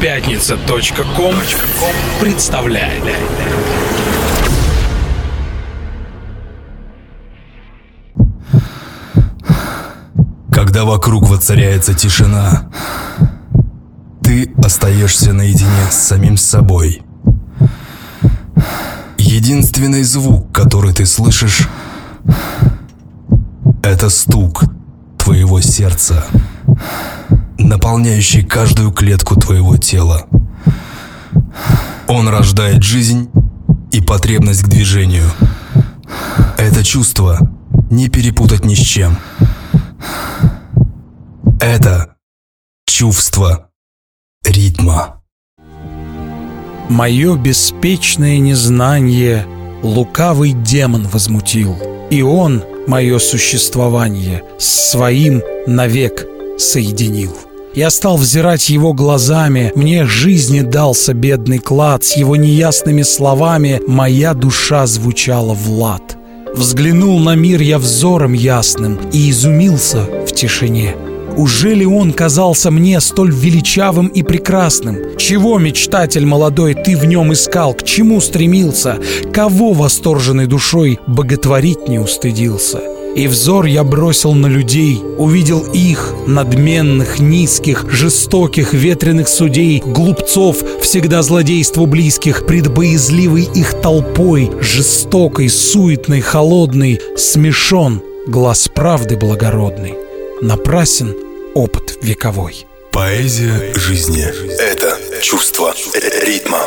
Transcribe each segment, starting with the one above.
Пятница.ком представляет. Когда вокруг воцаряется тишина, ты остаешься наедине с самим собой. Единственный звук, который ты слышишь, это стук твоего сердца, наполняющий каждую клетку твоего тела. Он рождает жизнь и потребность к движению. Это чувство не перепутать ни с чем. Это чувство ритма. Мое беспечное незнание лукавый демон возмутил, и он мое существование с своим навек соединил. Я стал взирать его глазами, мне жизни дался бедный клад, с его неясными словами моя душа звучала в лад. Взглянул на мир я взором ясным и изумился в тишине. Ужели он казался мне столь величавым и прекрасным? Чего, мечтатель молодой, ты в нем искал? К чему стремился? Кого восторженной душой боготворить не устыдился? И взор я бросил на людей, увидел их, надменных, низких, жестоких, ветреных судей, глупцов, всегда злодейству близких, пред боязливой их толпой, жестокой, суетной, холодной, смешон глаз правды благородный. Напрасен опыт вековой. Поэзия жизни – это чувство ритма.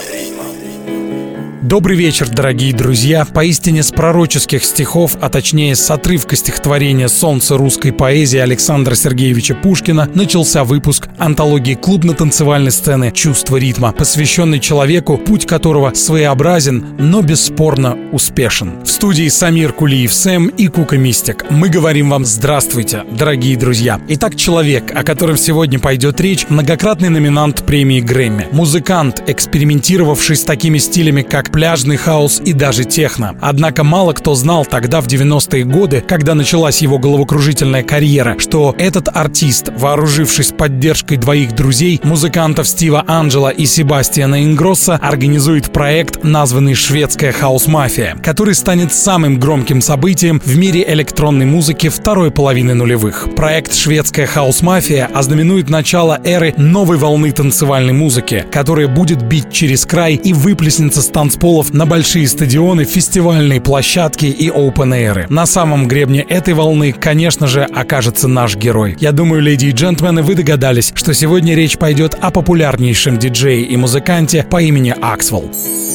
Добрый вечер, дорогие друзья. Поистине с пророческих стихов, а точнее с отрывка стихотворения «Солнце русской поэзии» Александра Сергеевича Пушкина начался выпуск антологии клубно-танцевальной сцены «Чувство ритма», посвященный человеку, путь которого своеобразен, но бесспорно успешен. В студии Самир Кулиев Сэм и Кука Мистик. Мы говорим вам здравствуйте, дорогие друзья. Итак, человек, о котором сегодня пойдет речь, многократный номинант премии Грэмми. Музыкант, экспериментировавший с такими стилями, как пляжный хаус и даже техно. Однако мало кто знал тогда, в 90-е годы, когда началась его головокружительная карьера, что этот артист, вооружившись поддержкой двоих друзей, музыкантов Стива Анджело и Себастьяна Ингросса, организует проект, названный «Шведская хаус-мафия», который станет самым громким событием в мире электронной музыки второй половины нулевых. Проект «Шведская хаус-мафия» ознаменует начало эры новой волны танцевальной музыки, которая будет бить через край и выплеснется с танцполов на большие стадионы, фестивальные площадки и оупен-эйры. На самом гребне этой волны, конечно же, окажется наш герой. Я думаю, леди и джентльмены, вы догадались, что сегодня речь пойдет о популярнейшем диджее и музыканте по имени Аксвелл.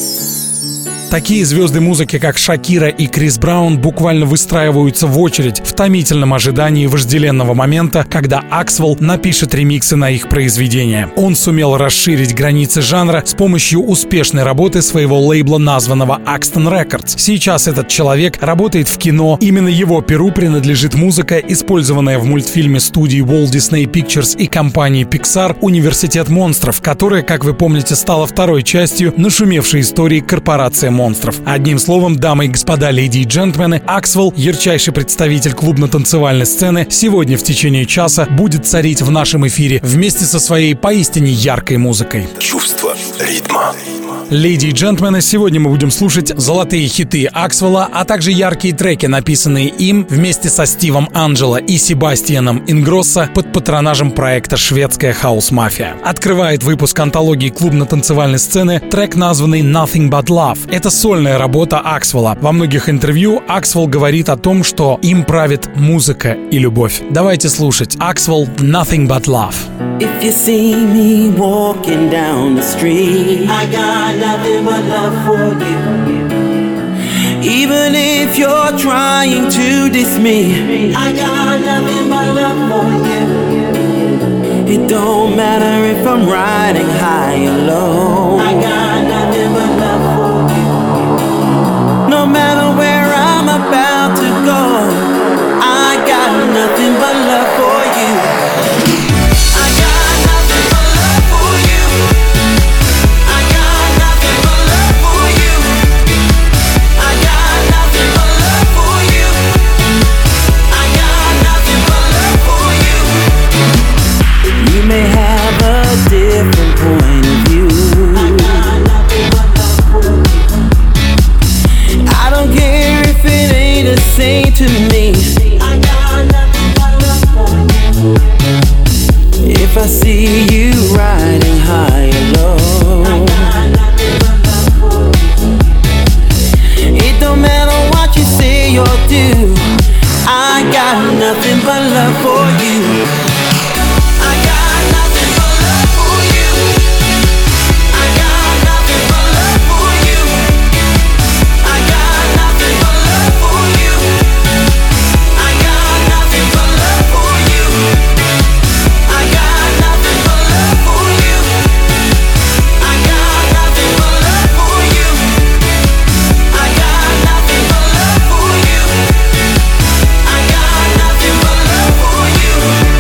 Такие звезды музыки, как Шакира и Крис Браун, буквально выстраиваются в очередь в томительном ожидании вожделенного момента, когда Аксвелл напишет ремиксы на их произведения. Он сумел расширить границы жанра с помощью успешной работы своего лейбла, названного Axton Records. Сейчас этот человек работает в кино. Именно его перу принадлежит музыка, использованная в мультфильме студии Walt Disney Pictures и компании Pixar «Университет монстров», которая, как вы помните, стала второй частью нашумевшей истории корпорации монстров. Одним словом, дамы и господа, леди и джентльмены, Аксвелл, ярчайший представитель клубно-танцевальной сцены, сегодня в течение часа будет царить в нашем эфире вместе со своей поистине яркой музыкой. Чувство ритма. Леди и джентльмены, сегодня мы будем слушать золотые хиты Аксвелла, а также яркие треки, написанные им вместе со Стивом Анджело и Себастьяном Ингросса под патронажем проекта «Шведская хаус-мафия». Открывает выпуск антологии клубно-танцевальной сцены трек, названный «Nothing But Love». Это сольная работа Аксвелла. Во многих интервью Аксвелл говорит о том, что им правит музыка и любовь. Давайте слушать. Аксвелл, «Nothing But Love». If you see me walking down the street, I got nothing but love for you. Even if you're trying to diss me, I got nothing but love for you. It don't matter if I'm riding high or low, I got nothing but love for you. No matter where I'm about to go, I got nothing but love for you. May have a different point of if I see you riding high or low. It don't matter what you say or do, I got nothing but love for you. I got nothing but love for you. I got nothing but love for you. I got nothing but love for you. I got nothing but love for you. I got nothing but love for you. I got nothing but love for you. I got nothing but love for you. I got nothing but love for you.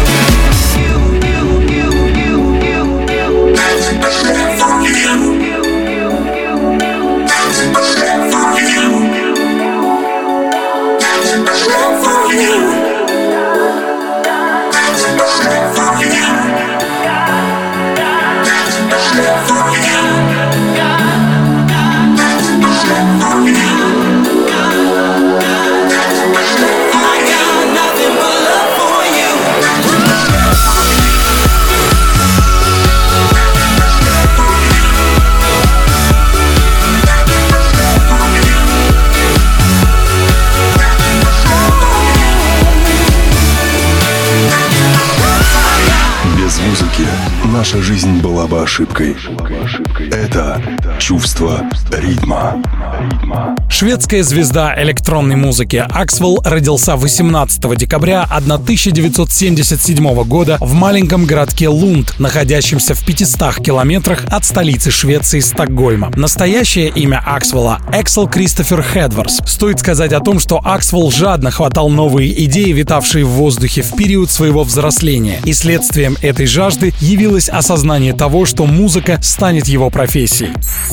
Наша жизнь была бы ошибкой. Это чувство ритма. Шведская звезда электронной музыки Axwell родился 18 декабря 1977 года в маленьком городке Лунд, находящемся в 500 километрах от столицы Швеции Стокгольма. Настоящее имя Axwell — Эксел Кристофер Хедварс. Стоит сказать о том, что Axwell жадно хватал новые идеи, витавшие в воздухе в период своего взросления, и следствием этой жажды явилось осознание того, что музыка станет его профессией.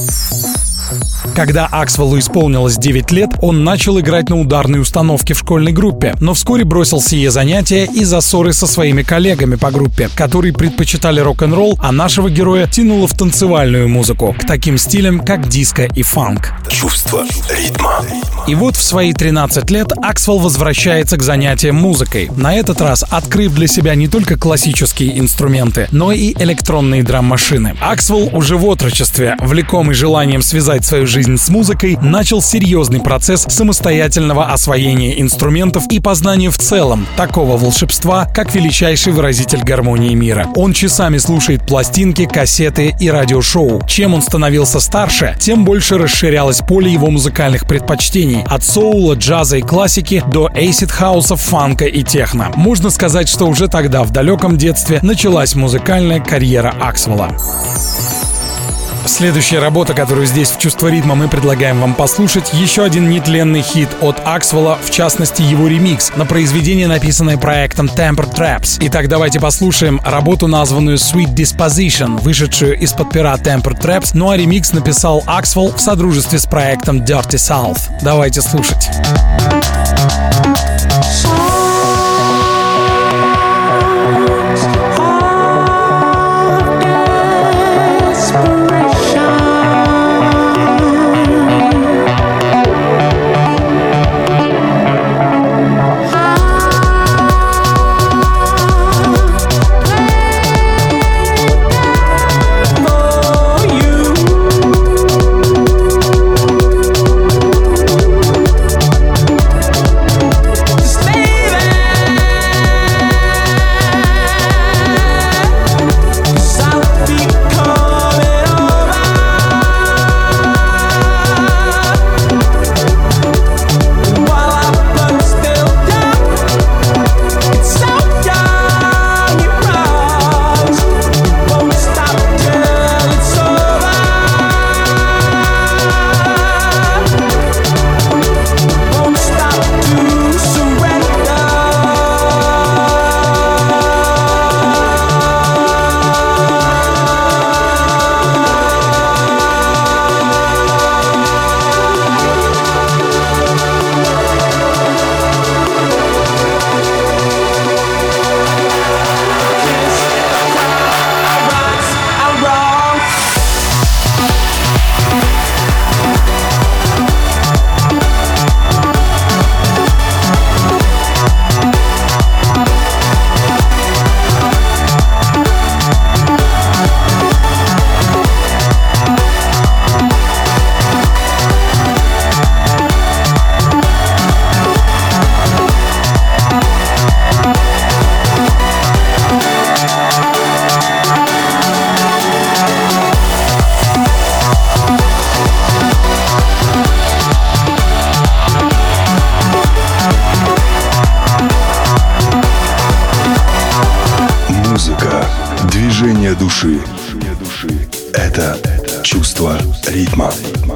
Когда Axwell'у исполнилось 9 лет, он начал играть на ударной установке в школьной группе, но вскоре бросил сие занятия из-за ссоры со своими коллегами по группе, которые предпочитали рок-н-ролл, а нашего героя тянуло в танцевальную музыку, к таким стилям, как диско и фанк. Чувство ритма. И вот в свои 13 лет Axwell возвращается к занятиям музыкой, на этот раз открыв для себя не только классические инструменты, но и электронные драм-машины. Axwell уже в отрочестве, влекомый желанием связать свою жизнь с музыкой, начал серьезный процесс самостоятельного освоения инструментов и познания в целом такого волшебства, как величайший выразитель гармонии мира. Он часами слушает пластинки, кассеты и радиошоу. Чем он становился старше, тем больше расширялось поле его музыкальных предпочтений, от соула, джаза и классики до эйсид-хауса, фанка и техно. Можно сказать, что уже тогда, в далеком детстве, началась музыкальная карьера Axwell'а. Следующая работа, которую здесь в «Чувство ритма» мы предлагаем вам послушать, еще один нетленный хит от Axwell'а, в частности его ремикс на произведение, написанное проектом Tempered Traps. Итак, давайте послушаем работу, названную Sweet Disposition, вышедшую из-под пера Tempered Traps, ну а ремикс написал Axwell в содружестве с проектом Dirty South. Давайте слушать. души. Это чувство ритма.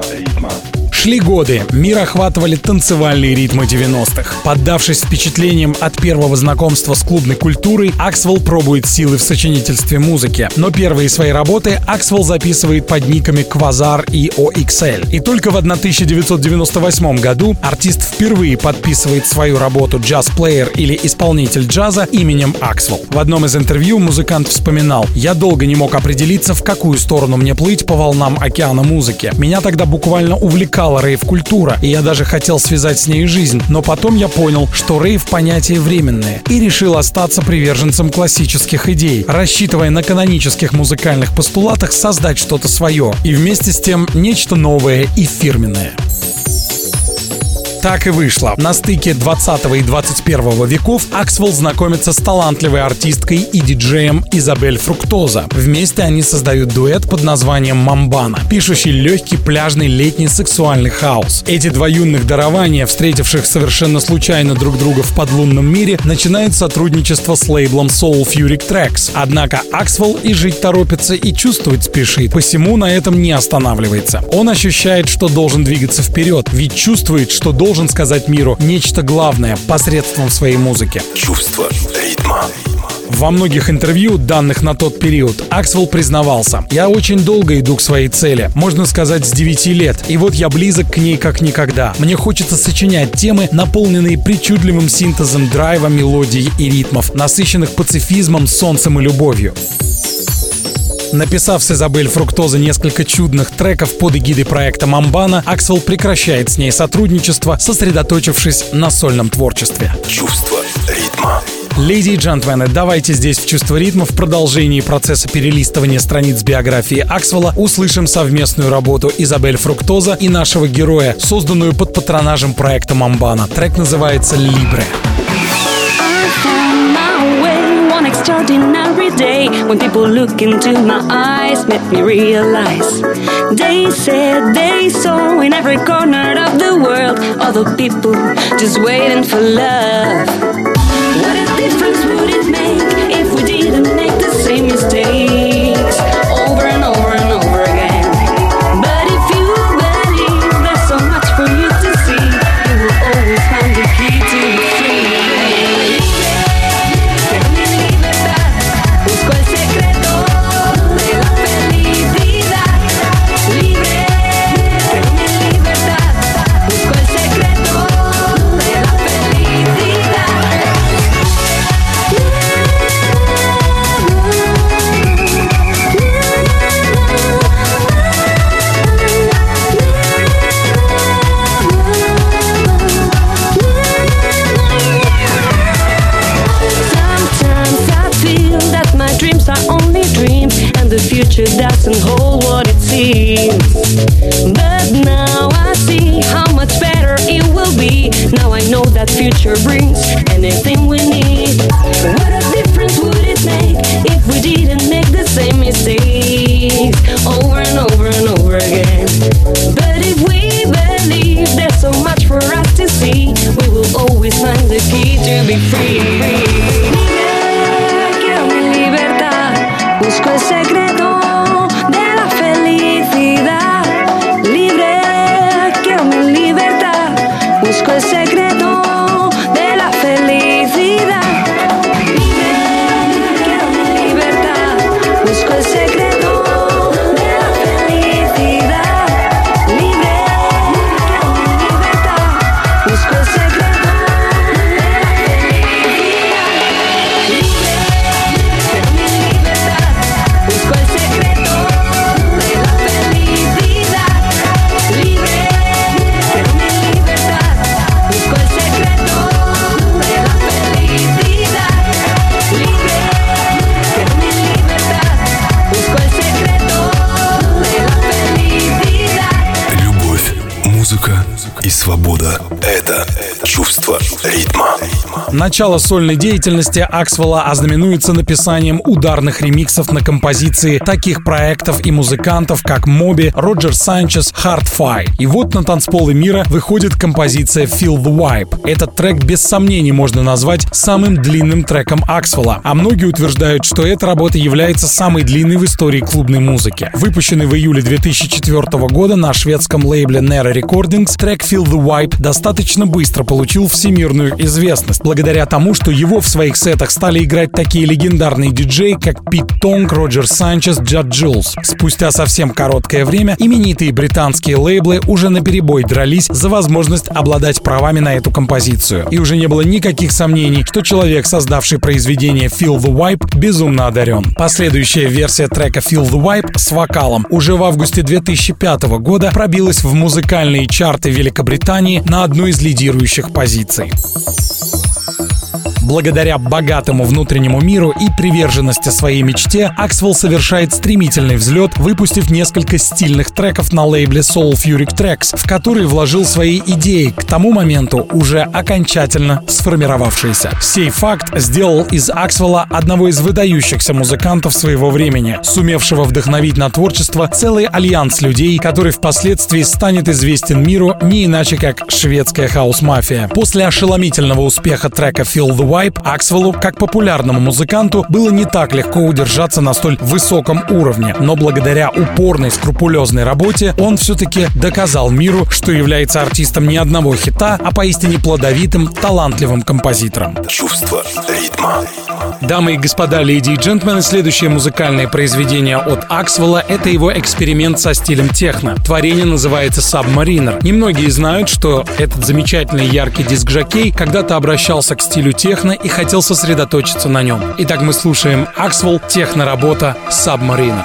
Шли годы, мир охватывали танцевальные ритмы 90-х. Поддавшись впечатлениям от первого знакомства с клубной культурой, Аксвелл пробует силы в сочинительстве музыки. Но первые свои работы Аксвелл записывает под никами Квазар и OXL. И только в 1998 году артист впервые подписывает свою работу джаз-плеер или исполнитель джаза именем Аксвелл. В одном из интервью музыкант вспоминал: «Я долго не мог определиться, в какую сторону мне плыть по волнам океана музыки. Меня тогда буквально увлекала рейв-культура, и я даже хотел связать с ней жизнь, но потом я понял, что рейв — понятие временное, и решил остаться приверженцем классических идей, рассчитывая на канонических музыкальных постулатах создать что-то свое, и вместе с тем нечто новое и фирменное». Так и вышло. На стыке 20 и 21 веков Аксвелл знакомится с талантливой артисткой и диджеем Изабель Фруктоза. Вместе они создают дуэт под названием «Мамбана», пишущий легкий пляжный летний сексуальный хаос. Эти два юных дарования, встретивших совершенно случайно друг друга в подлунном мире, начинают сотрудничество с лейблом Soul Fury Tracks. Однако Аксвелл и жить торопится, и чувствовать спешит, посему на этом не останавливается. Он ощущает, что должен двигаться вперед, ведь чувствует, что должен сказать миру нечто главное посредством своей музыки. Чувство ритма. Во многих интервью, данных на тот период, Аксвелл признавался: «Я очень долго иду к своей цели, можно сказать, с 9 лет, и вот я близок к ней как никогда. Мне хочется сочинять темы, наполненные причудливым синтезом драйва, мелодий и ритмов, насыщенных пацифизмом, солнцем и любовью». Написав с Изабель Фруктоза несколько чудных треков под эгидой проекта «Мамбана», Аксвелл прекращает с ней сотрудничество, сосредоточившись на сольном творчестве. Чувство ритма. Леди и джентльмены, давайте здесь в «Чувство ритма» в продолжении процесса перелистывания страниц биографии Аксвелла услышим совместную работу Изабель Фруктоза и нашего героя, созданную под патронажем проекта «Мамбана». Трек называется «Libre». Extraordinary day when people look into my eyes made me realize they said they saw in every corner of the world other people just waiting for love. What a difference would it make if we didn't make the same mistakes over and over and over again? But if you believe there's so much for you to see, you will always find the key to be free. The future doesn't hold what it seems, but now I see how much better it will be. Now I know that future brings anything we need. What a difference would it make if we didn't make the same mistakes over and over and over again? But if we believe there's so much for us to see, we will always find the key to be free. Quiero mi libertad, busco el secreto de la felicidad. Libre, quiero mi libertad, busco el secreto de la felicidad. Libre, quiero mi libertad, busco el secreto de la felicidad. Libre, quiero mi libertad, busco el secreto de la felicidad. Libre, quiero mi libertad, busco el secreto de la felicidad. Libre, quiero mi libertad, busco el secreto de la felicidad. Libre, quiero mi libertad, busco el secreto de la felicidad. Любовь, музыка и свобода. Это чувство Чувство ритма. Начало сольной деятельности Аксвелла ознаменуется написанием ударных ремиксов на композиции таких проектов и музыкантов, как Моби, Роджер Санчес, Hard-Fi. И вот на танцполы мира выходит композиция Feel the Vibe. Этот трек без сомнений можно назвать самым длинным треком Аксвелла, а многие утверждают, что эта работа является самой длинной в истории клубной музыки. Выпущенный в июле 2004 года на шведском лейбле Nera Recordings, трек Feel the Vibe достаточно быстро получил всемирную известность, благодаря тому, что его в своих сетах стали играть такие легендарные диджеи, как Пит Тонг, Роджер Санчес, Джад Джилс. Спустя совсем короткое время именитые британские лейблы уже наперебой дрались за возможность обладать правами на эту композицию. И уже не было никаких сомнений, что человек, создавший произведение Feel the Vibe, безумно одарен. Последующая версия трека Feel the Vibe с вокалом уже в августе 2005 года пробилась в музыкальные чарты Великобритании на одну из лидирующих позиций. Благодаря богатому внутреннему миру и приверженности своей мечте, Аксвелл совершает стремительный взлет, выпустив несколько стильных треков на лейбле Soulfuric Tracks, в которые вложил свои идеи, к тому моменту уже окончательно сформировавшиеся. Сей факт сделал из Аксвелла одного из выдающихся музыкантов своего времени, сумевшего вдохновить на творчество целый альянс людей, который впоследствии станет известен миру не иначе как шведская хаус-мафия. После ошеломительного успеха трека Feel the Vibe Аксвеллу, как популярному музыканту, было не так легко удержаться на столь высоком уровне, но благодаря упорной, скрупулезной работе он все-таки доказал миру, что является артистом не одного хита, а поистине плодовитым, талантливым композитором. Чувство ритма. Дамы и господа, леди и джентльмены, следующее музыкальное произведение от Аксвелла — это его эксперимент со стилем техно. Творение называется Submariner. Немногие знают, что этот замечательный яркий диск-жокей когда-то обращался к стилю техно и хотел сосредоточиться на нем. Итак, мы слушаем Аксвелл, техно-работа Submariner.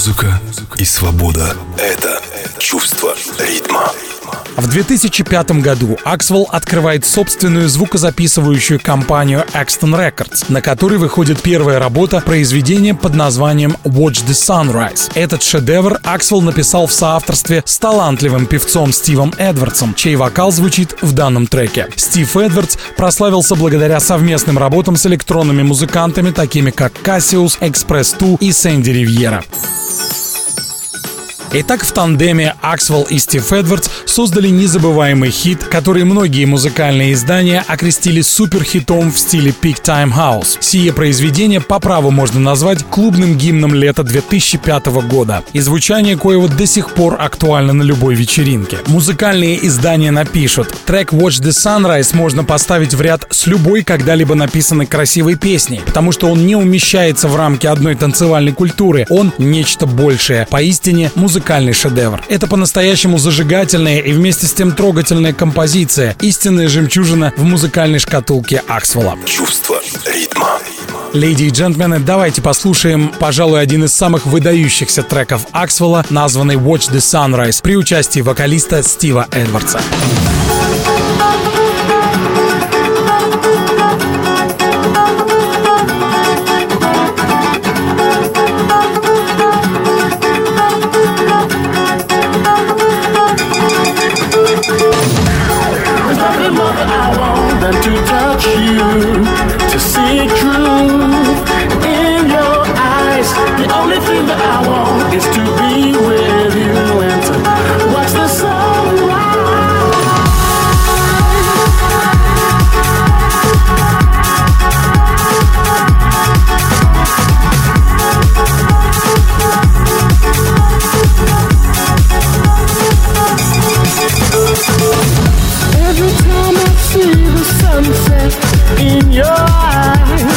музыка и свобода. Это чувство ритма. В 2005 году Axwell открывает собственную звукозаписывающую компанию Axton Records, на которой выходит первая работа произведения под названием Watch the Sunrise. Этот шедевр Axwell написал в соавторстве с талантливым певцом Стивом Эдвардсом, чей вокал звучит в данном треке. Стив Эдвардс прославился благодаря совместным работам с электронными музыкантами, такими как Cassius, Express 2 и Сэнди Ривьера. Итак, в тандеме Axwell и Стив Эдвардс создали незабываемый хит, который многие музыкальные издания окрестили суперхитом в стиле Peak Time House. Сие произведение по праву можно назвать клубным гимном лета 2005 года, и звучание коего до сих пор актуально на любой вечеринке. Музыкальные издания напишут: трек Watch the Sunrise можно поставить в ряд с любой когда-либо написанной красивой песней, потому что он не умещается в рамки одной танцевальной культуры, он нечто большее, поистине музыкальный шедевр. Это по-настоящему зажигательная и вместе с тем трогательная композиция, истинная жемчужина в музыкальной шкатулке Axwell. Чувство ритма. Леди и джентльмены, давайте послушаем, пожалуй, один из самых выдающихся треков Axwell, названный Watch the Sunrise, при участии вокалиста Стива Эдвардса. To touch you, to see truth in your eyes. The only thing that I want is to be with you and to watch the sunrise. Every time I see the sunset in your eyes,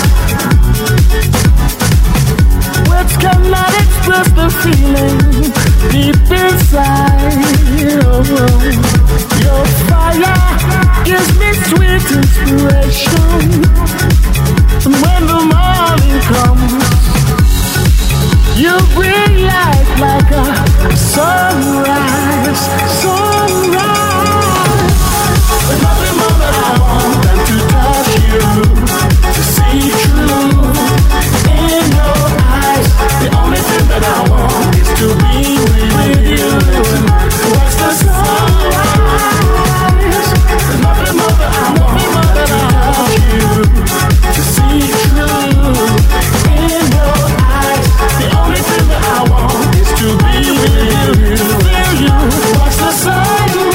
words cannot express the feeling deep inside. Oh, your fire gives me sweet inspiration, and when the morning comes, you bring light like a sunrise, sunrise. There's nothing more that I want than to touch you, to see truth in your eyes. The only thing that I want is to be with you, watch the sunrise. There's nothing more that I want than to touch you, to see truth in your eyes. The only thing that I want is to be with you, to feel you, watch the sunrise.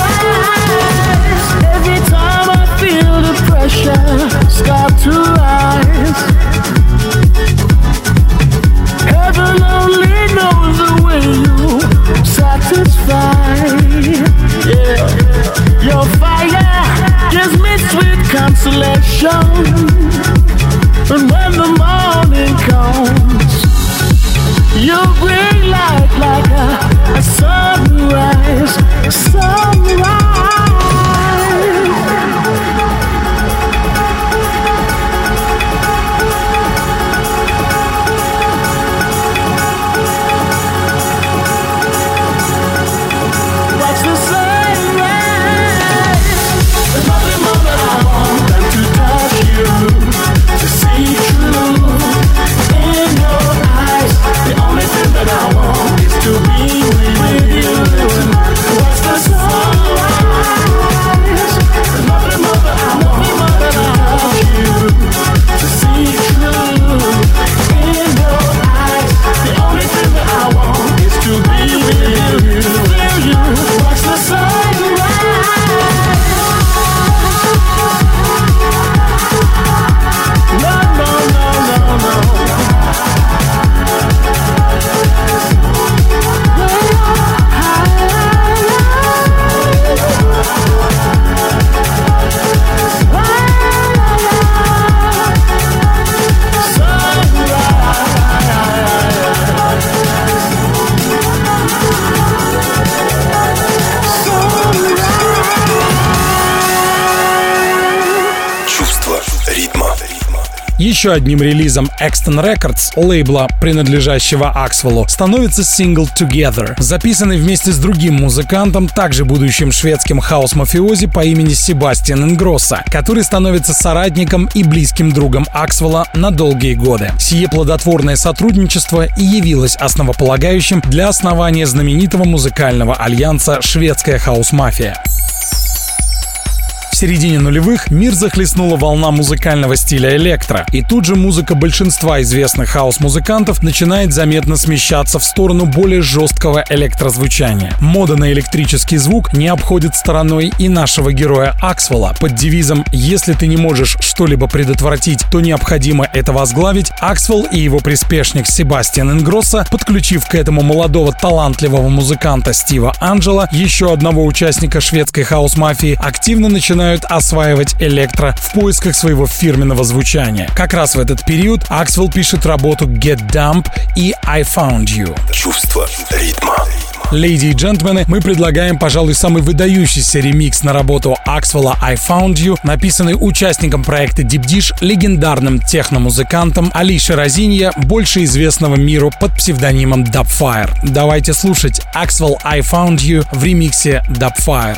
Every time I feel the pressure start to rise, heaven only knows the way you satisfy. Yeah, your fire gives me sweet consolation, and when the morning comes, you bring light like a sunrise, sunrise. Watch the sunrise. There's nothing more that I want than to touch you, to see truth in your eyes. The only thing that I want is to be with you, watch the sunrise. There's nothing more that I want than to touch you, to see truth in your eyes. The only thing that I want is to be with you, to feel you, watch the sunrise. No, no, no, no, no. Чувство ритма. Еще одним релизом Exton Records, лейбла, принадлежащего Axwell, становится сингл Together, записанный вместе с другим музыкантом, также будущим шведским хаус-мафиози по имени Себастьян Ингросса, который становится соратником и близким другом Axwell на долгие годы. Сие плодотворное сотрудничество и явилось основополагающим для основания знаменитого музыкального альянса «Шведская хаус-мафия». В середине нулевых мир захлестнула волна музыкального стиля электро, и тут же музыка большинства известных хаус-музыкантов начинает заметно смещаться в сторону более жесткого электрозвучания. Мода на электрический звук не обходит стороной и нашего героя Axwell. Под девизом «Если ты не можешь что-либо предотвратить, то необходимо это возглавить», Axwell и его приспешник Себастьян Ингросса, подключив к этому молодого талантливого музыканта Стива Анджела, еще одного участника шведской хаус-мафии, активно начинают осваивать электро в поисках своего фирменного звучания. Как раз в этот период Axwell пишет работу Get Dumb и I Found You. Чувство ритма. Леди и джентльмены, мы предлагаем, пожалуй, самый выдающийся ремикс на работу Axwell I Found You, написанный участником проекта Deep Dish, легендарным техномузыкантом Алиши Розинья, больше известного миру под псевдонимом Dubfire. Давайте слушать Axwell I Found You в ремиксе Dubfire.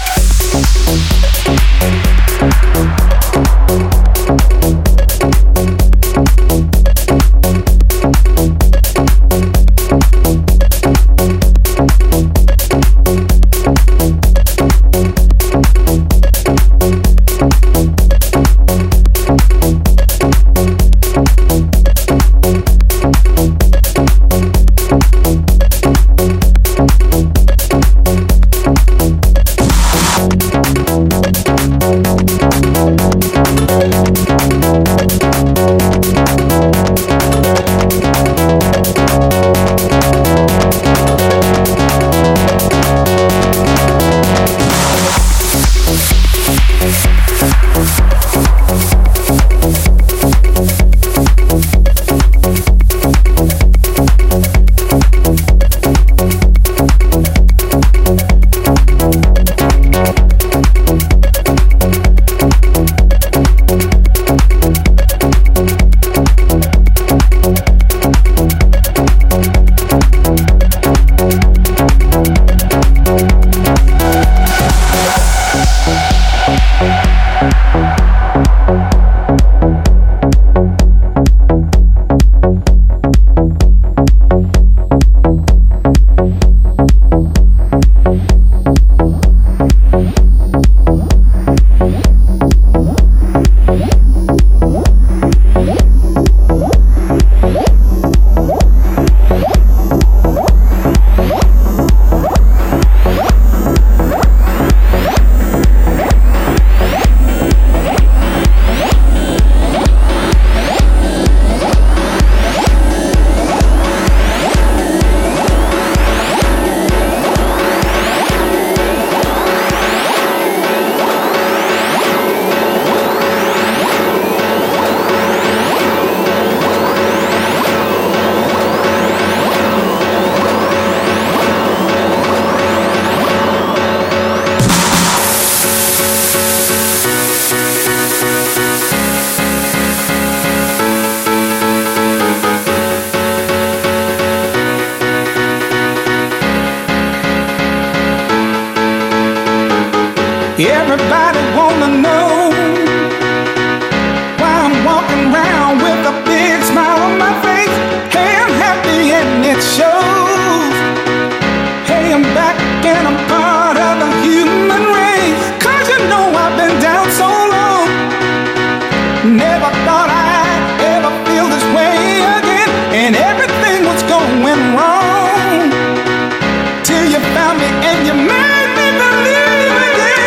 Everybody wanna know why I'm walking around with a big smile on my face. Hey, I'm happy and it shows. Hey, I'm back and I'm part of the human race. 'Cause you know I've been down so long. Never thought I'd ever feel this way again. And everything was going wrong till you found me and you made me believe again.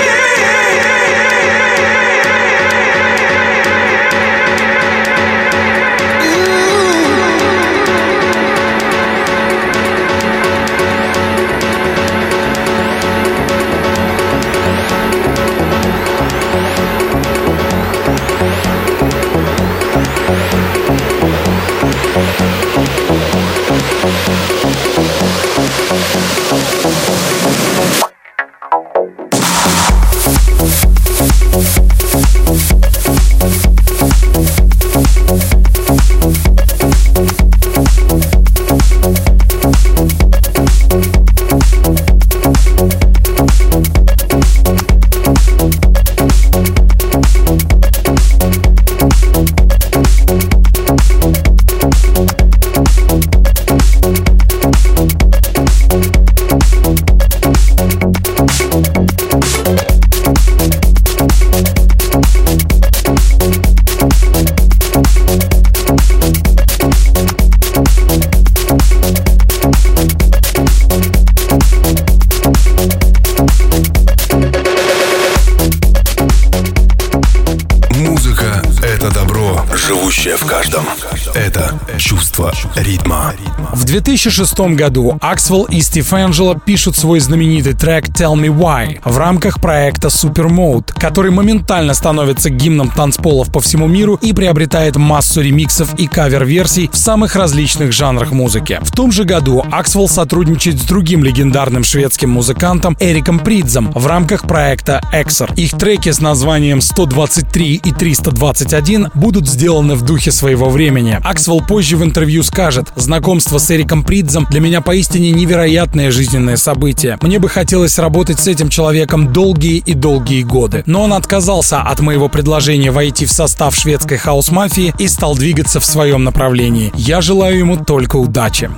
живущее в каждом. Это чувство ритма. В 2006 году Axwell и Стив Анджело пишут свой знаменитый трек «Tell Me Why» в рамках проекта Super Mode, который моментально становится гимном танцполов по всему миру и приобретает массу ремиксов и кавер-версий в самых различных жанрах музыки. В том же году Axwell сотрудничает с другим легендарным шведским музыкантом Эриком Придзом в рамках проекта Exor. Их треки с названием 123 и 321 будут сделаны в духе своего времени. Axwell позже в интервью скажет: «Знакомство с Эриком Придзом для меня поистине невероятное жизненное событие. Мне бы хотелось работать с этим человеком долгие и долгие годы. Но он отказался от моего предложения войти в состав шведской хаус-мафии и стал двигаться в своем направлении. Я желаю ему только удачи».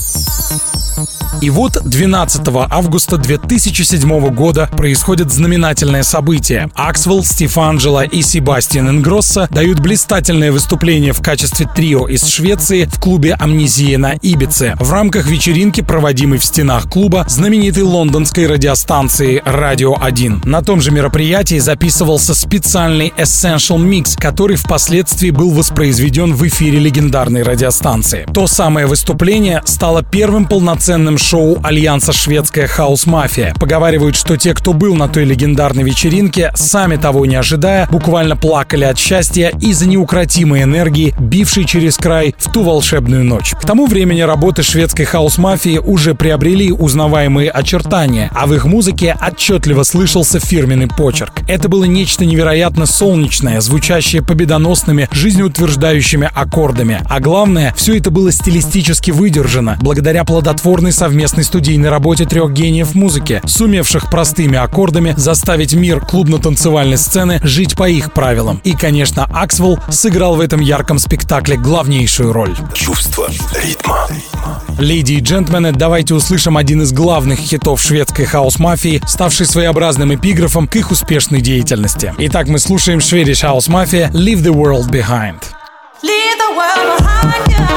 И вот 12 августа 2007 года происходит знаменательное событие. Axwell, Стив Анджело и Себастьян Ингроссо дают блистательное выступление в качестве трио из Швеции в клубе «Амнезия» на Ибице в рамках вечеринки, проводимой в стенах клуба знаменитой лондонской радиостанции «Радио 1». На том же мероприятии записывался специальный Essential Mix, который впоследствии был воспроизведен в эфире легендарной радиостанции. То самое выступление стало первым полноценным шоу альянса «Шведская хаус-мафия». Поговаривают, что те, кто был на той легендарной вечеринке, сами того не ожидая, буквально плакали от счастья из-за неукротимой энергии, бившей через край в ту волшебную ночь. К тому времени работы шведской хаус-мафии уже приобрели узнаваемые очертания, а в их музыке отчетливо слышался фирменный почерк. Это было нечто невероятно солнечное, звучащее победоносными, жизнеутверждающими аккордами. А главное, все это было стилистически выдержано, благодаря плодотворной совместной студийной работе трех гениев музыки, сумевших простыми аккордами заставить мир клубно-танцевальной сцены жить по их правилам. И, конечно, Axwell сыграл в этом ярком спектакле главнейшую роль. Чувство ритма. Леди и джентльмены, давайте услышим один из главных хитов шведской хаус-мафии, ставший своеобразным эпиграфом к их успешной деятельности. Итак, мы слушаем Swedish House Mafia «Leave the World Behind». Leave the world behind you.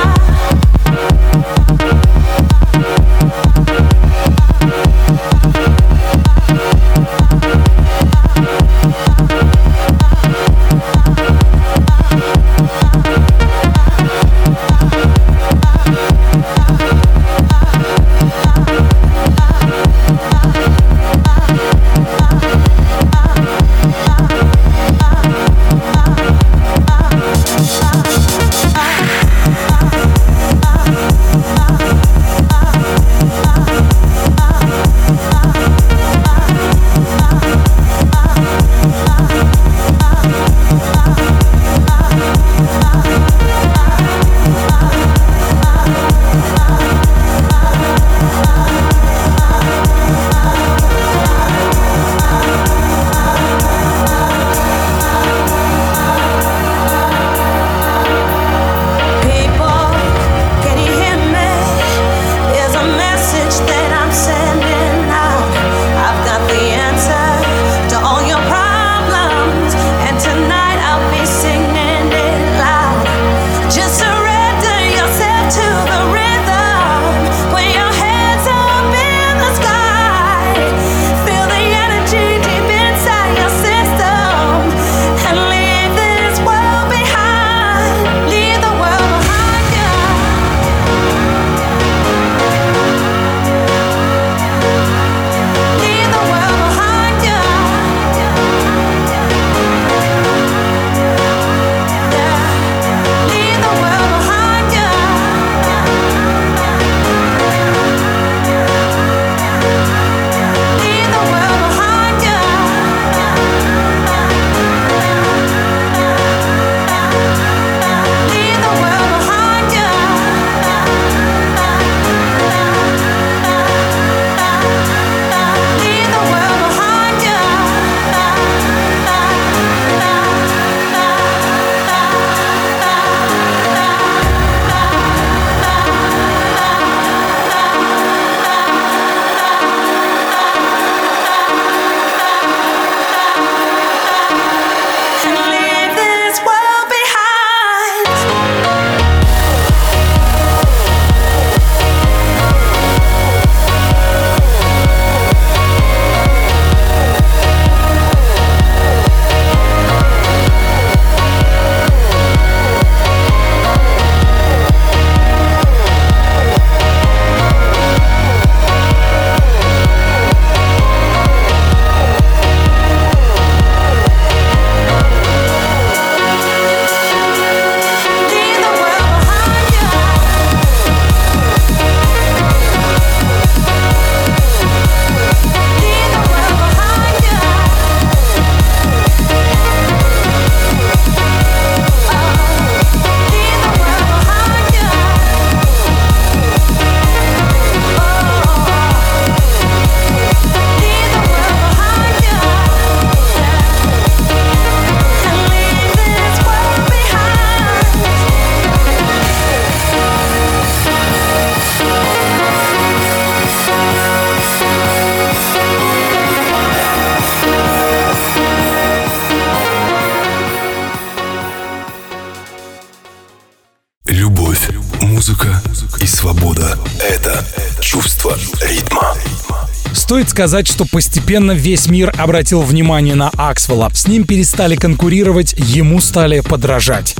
Любовь, музыка и свобода — это чувство ритма. Стоит сказать, что постепенно весь мир обратил внимание на Аксвелла. С ним перестали конкурировать, ему стали подражать.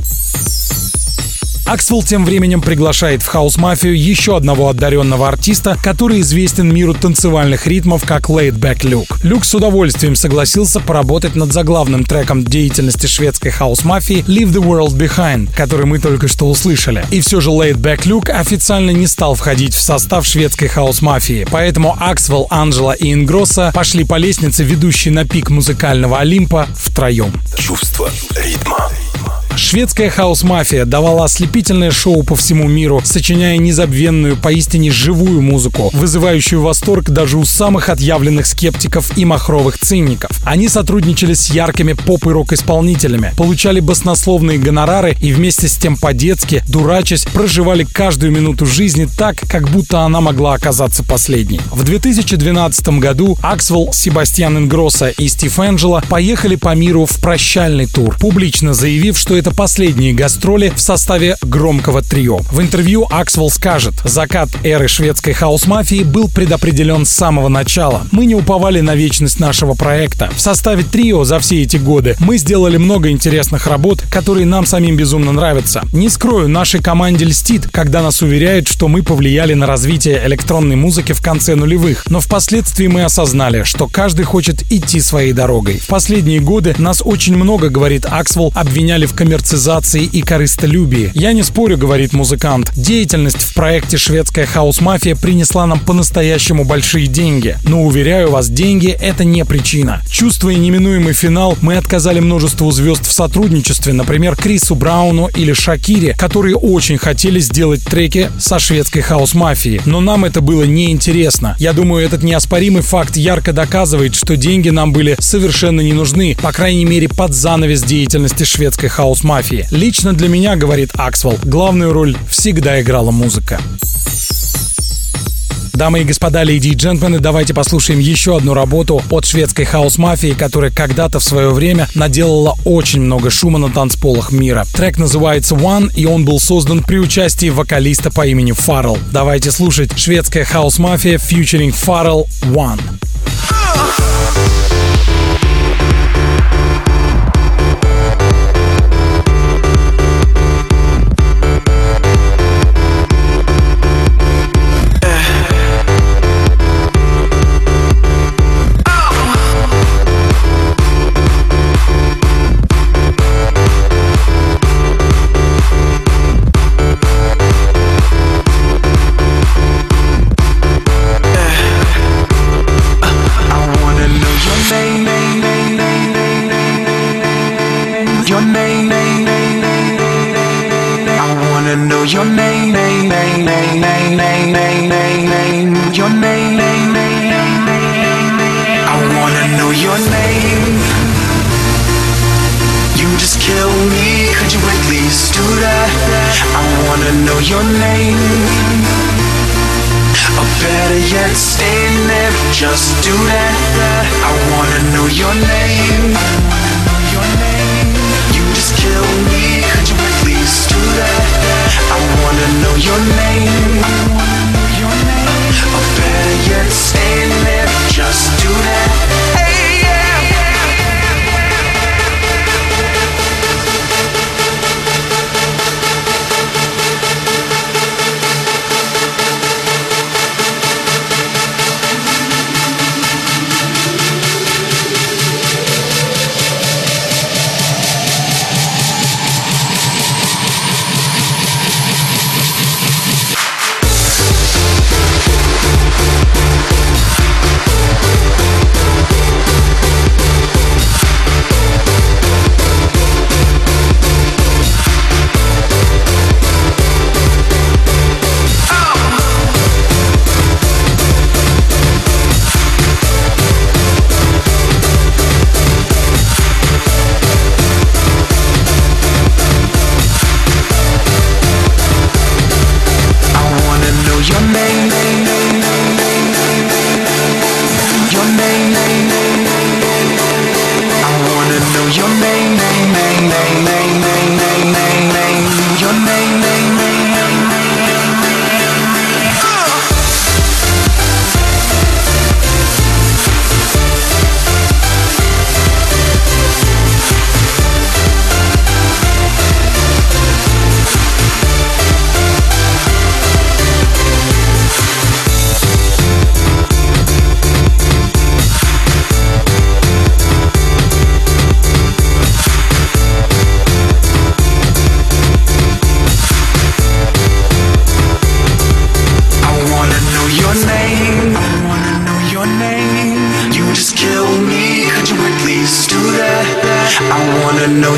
Аксвелл тем временем приглашает в хаус-мафию еще одного одаренного артиста, который известен миру танцевальных ритмов как Laid Back Luke. Люк с удовольствием согласился поработать над заглавным треком деятельности шведской хаус-мафии Leave the World Behind, который мы только что услышали. И все же Laid Back Luke официально не стал входить в состав шведской хаус-мафии, поэтому Аксвелл, Анджела и Ингросса пошли по лестнице, ведущей на пик музыкального Олимпа, втроем. Чувство ритма. Шведская хаус-мафия давала ослепительное шоу по всему миру, сочиняя незабвенную, поистине живую музыку, вызывающую восторг даже у самых отъявленных скептиков и махровых циников. Они сотрудничали с яркими поп- и рок-исполнителями, получали баснословные гонорары и вместе с тем по-детски, дурачась, проживали каждую минуту жизни так, как будто она могла оказаться последней. В 2012 году Аксвелл, Себастьян Ингросса и Стив Анджело поехали по миру в прощальный тур, публично заявив, что это последние гастроли в составе громкого трио. В интервью Аксвелл скажет: «Закат эры шведской хаус-мафии был предопределен с самого начала. Мы не уповали на вечность нашего проекта. В составе трио за все эти годы мы сделали много интересных работ, которые нам самим безумно нравятся. Не скрою, нашей команде льстит, когда нас уверяют, что мы повлияли на развитие электронной музыки в конце нулевых. Но впоследствии мы осознали, что каждый хочет идти своей дорогой. В последние годы нас очень много, говорит Аксвелл, обвиняли в коммерциализации и корыстолюбии. Я не спорю, говорит музыкант. Деятельность в проекте «Шведская хаус-мафия» принесла нам по-настоящему большие деньги. Но, уверяю вас, деньги — это не причина. Чувствуя неминуемый финал, мы отказали множеству звезд в сотрудничестве, например, Крису Брауну или Шакире, которые очень хотели сделать треки со шведской хаус-мафией. Но нам это было неинтересно. Я думаю, этот неоспоримый факт ярко доказывает, что деньги нам были совершенно не нужны, по крайней мере, под занавес деятельности шведской хаус-мафии. Лично для меня, говорит Аксвелл, главную роль всегда играла музыка. Дамы и господа, леди и джентльмены, давайте послушаем еще одну работу от шведской хаус-мафии, которая когда-то в свое время наделала очень много шума на танцполах мира. Трек называется One, и он был создан при участии вокалиста по имени Фаррелл. Давайте слушать шведская хаус-мафия featuring Фаррелл One.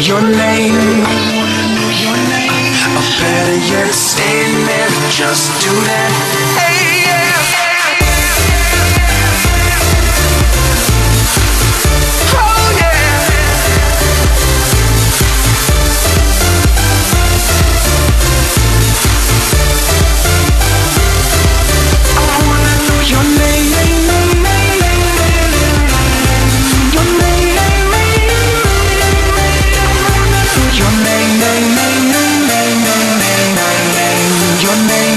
your name. Or better yet, stand there, just do that. Hey, yeah. Oh, yeah. I wanna know your name. Your name. Your name.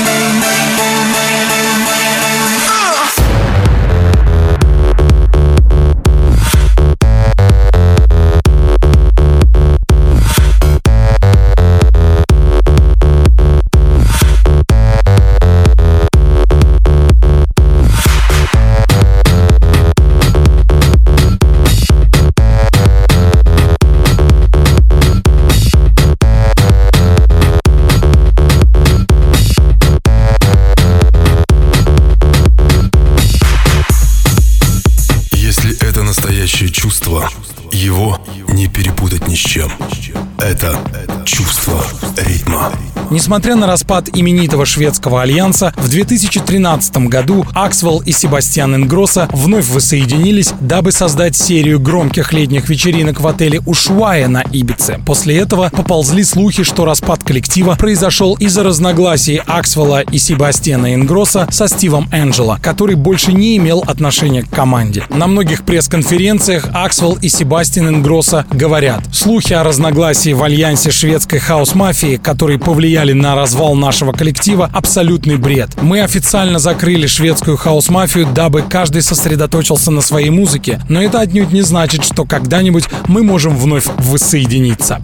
Чувство, его не перепутать ни с чем. Это чувство ритма. Несмотря на распад именитого шведского альянса, в 2013 году Аксвелл и Себастьян Ингросса вновь воссоединились, дабы создать серию громких летних вечеринок в отеле Ушуая на Ибице. После этого поползли слухи, что распад коллектива произошел из-за разногласий Аксвелла и Себастьяна Ингросса со Стивом Энджело, который больше не имел отношения к команде. На многих пресс-конференциях Аксвелл и Себастьян Ингросса говорят: слухи о разногласии в альянсе шведской хаус-мафии, которые повлияли на развал нашего коллектива, абсолютный бред. Мы официально закрыли шведскую хаус-мафию, дабы каждый сосредоточился на своей музыке, но это отнюдь не значит, что когда-нибудь мы можем вновь воссоединиться.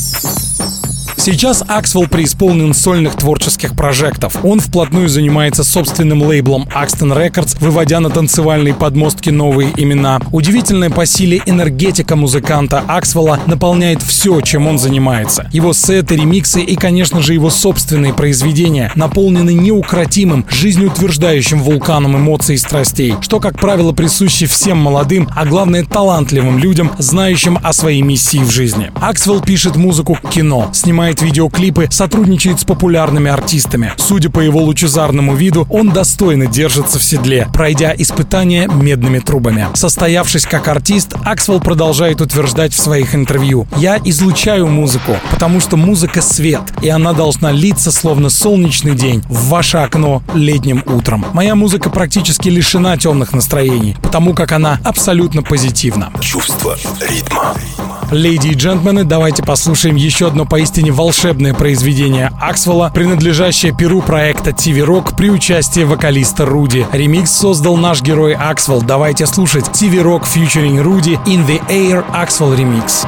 Сейчас Аксвелл преисполнен сольных творческих прожектов. Он вплотную занимается собственным лейблом Axton Records, выводя на танцевальные подмостки новые имена. Удивительная по силе энергетика музыканта Аксвелла наполняет все, чем он занимается. Его сеты, ремиксы и, конечно же, его собственные произведения наполнены неукротимым, жизнеутверждающим вулканом эмоций и страстей, что, как правило, присуще всем молодым, а главное талантливым людям, знающим о своей миссии в жизни. Аксвелл пишет музыку к кино, снимает видеоклипы, сотрудничает с популярными артистами. Судя по его лучезарному виду, он достойно держится в седле, пройдя испытания медными трубами. Состоявшись как артист, Аксвелл продолжает утверждать в своих интервью: «Я излучаю музыку, потому что музыка — свет, и она должна литься словно солнечный день в ваше окно летним утром. Моя музыка практически лишена темных настроений, потому как она абсолютно позитивна». Чувство ритма. Леди и джентльмены, давайте послушаем еще одно поистине волшебное произведение Аксвелла, принадлежащее перу проекта TV Rock при участии вокалиста Руди. Ремикс создал наш герой Аксвелл. Давайте слушать TV Rock featuring Rudy In The Air Axwell Remix.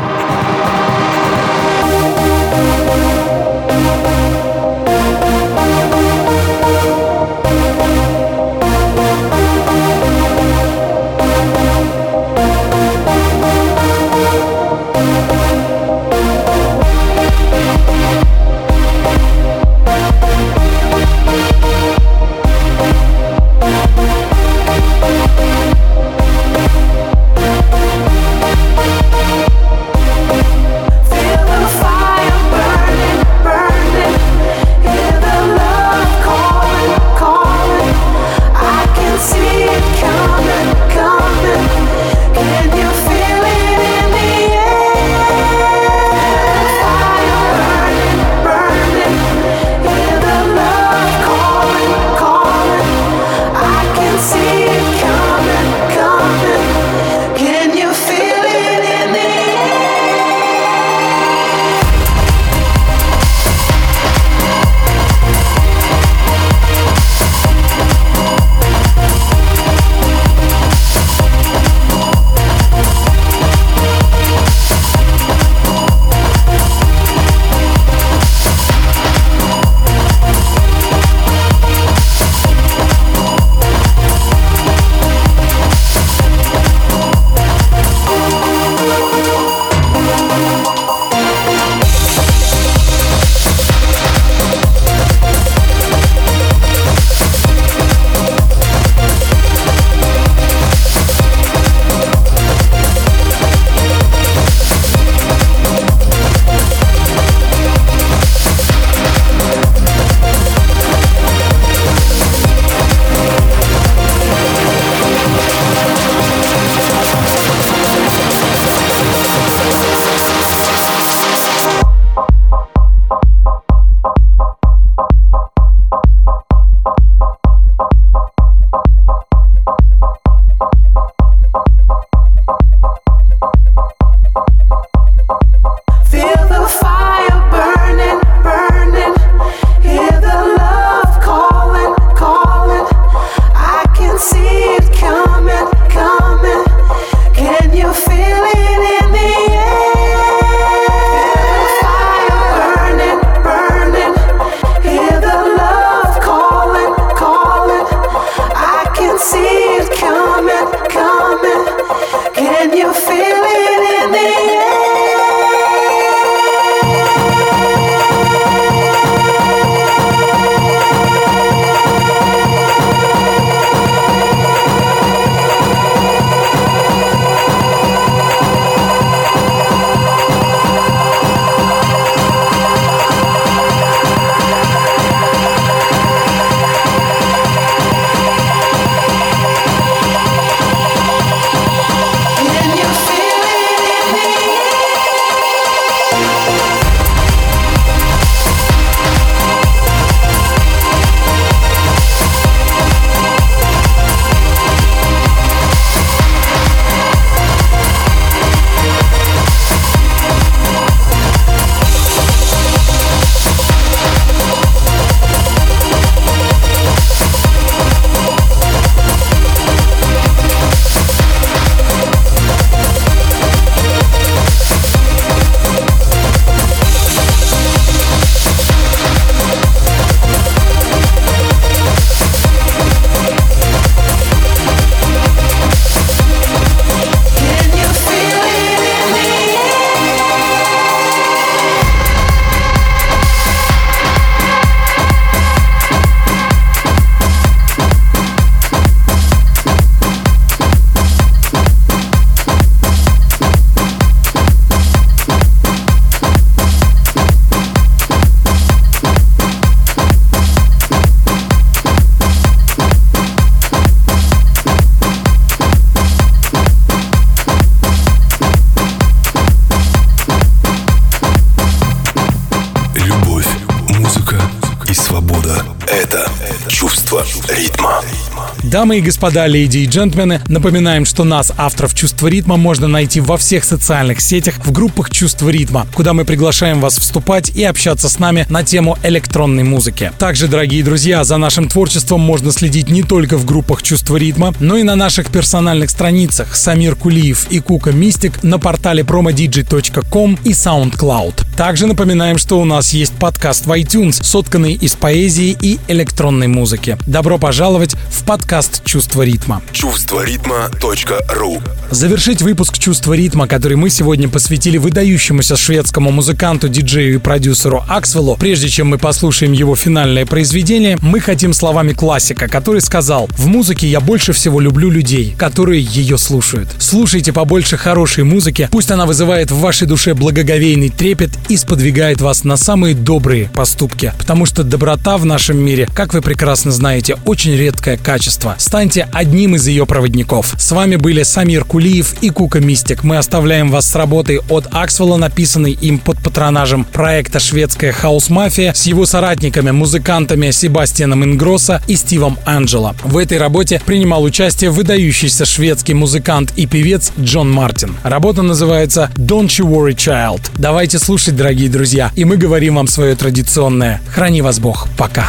свобода. Это чувство ритма. Дамы и господа, леди и джентльмены, напоминаем, что нас, авторов «Чувства ритма», можно найти во всех социальных сетях в группах «Чувство ритма», куда мы приглашаем вас вступать и общаться с нами на тему электронной музыки. Также, дорогие друзья, за нашим творчеством можно следить не только в группах «Чувство ритма», но и на наших персональных страницах Самир Кулиев и Кука Мистик, на портале promodj.com и SoundCloud. Также напоминаем, что у нас есть подкаст в iTunes, сотканный из поэзии и электронной музыки. Добро пожаловать в подкаст «Чувство ритма». Чувстворитма.ру. Завершить выпуск «Чувства ритма», который мы сегодня посвятили выдающемуся шведскому музыканту, диджею и продюсеру Аксвеллу, прежде чем мы послушаем его финальное произведение, мы хотим словами классика, который сказал: «В музыке я больше всего люблю людей, которые ее слушают». Слушайте побольше хорошей музыки, пусть она вызывает в вашей душе благоговейный трепет и сподвигает вас на самые добрые поступки, потому что доброта в нашем мире, как вы прекрасно знаете, очень редкое качество. Станьте одним из ее проводников. С вами были Самир Кулиев и Кука Мистик. Мы оставляем вас с работой от Аксвелла, написанной им под патронажем проекта «Шведская хаус-мафия», с его соратниками, музыкантами Себастьяном Ингросса и Стивом Анджело. В этой работе принимал участие выдающийся шведский музыкант и певец Джон Мартин. Работа называется «Don't You Worry, Child». Давайте слушать, дорогие друзья, и мы говорим вам свое традиционное «Храни вас Бог». Пока.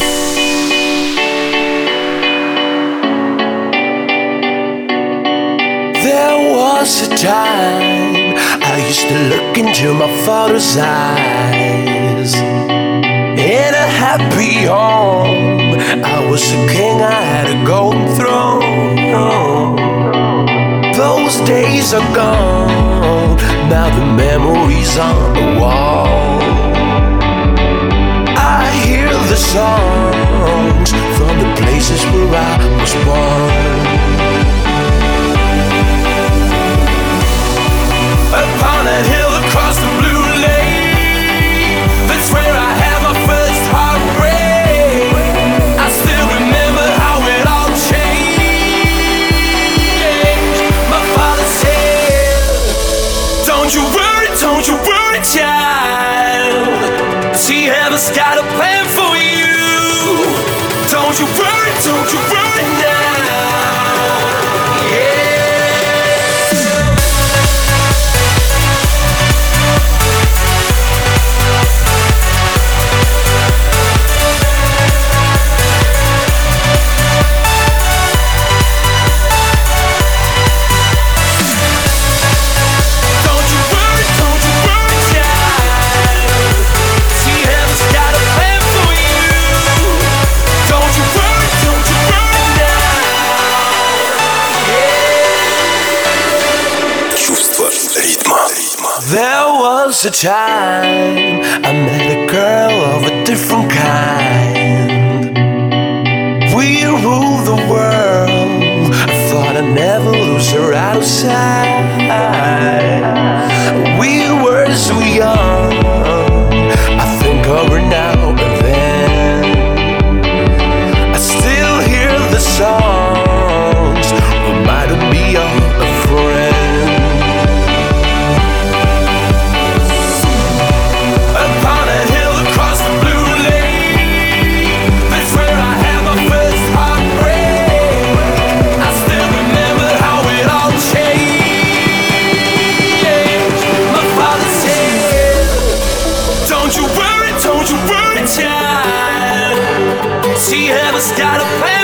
There was a time I used to look into my father's eyes. In a happy home, I was a king, I had a golden throne. Those days are gone, now the memories on the wall. I hear the songs from the places where I was born. Upon that hill across the blue lake, that's where I had my first heartbreak. I still remember how it all changed. My father said, don't you worry, child. See, heaven's got a plan for you. Don't you worry now. There was a time I met a girl of a different kind. We ruled the world. I thought I'd never lose her out of sight. We were so young. I think of her now and then. I still hear the songs reminding me of a friend. Don't you worry, child. She has got a plan.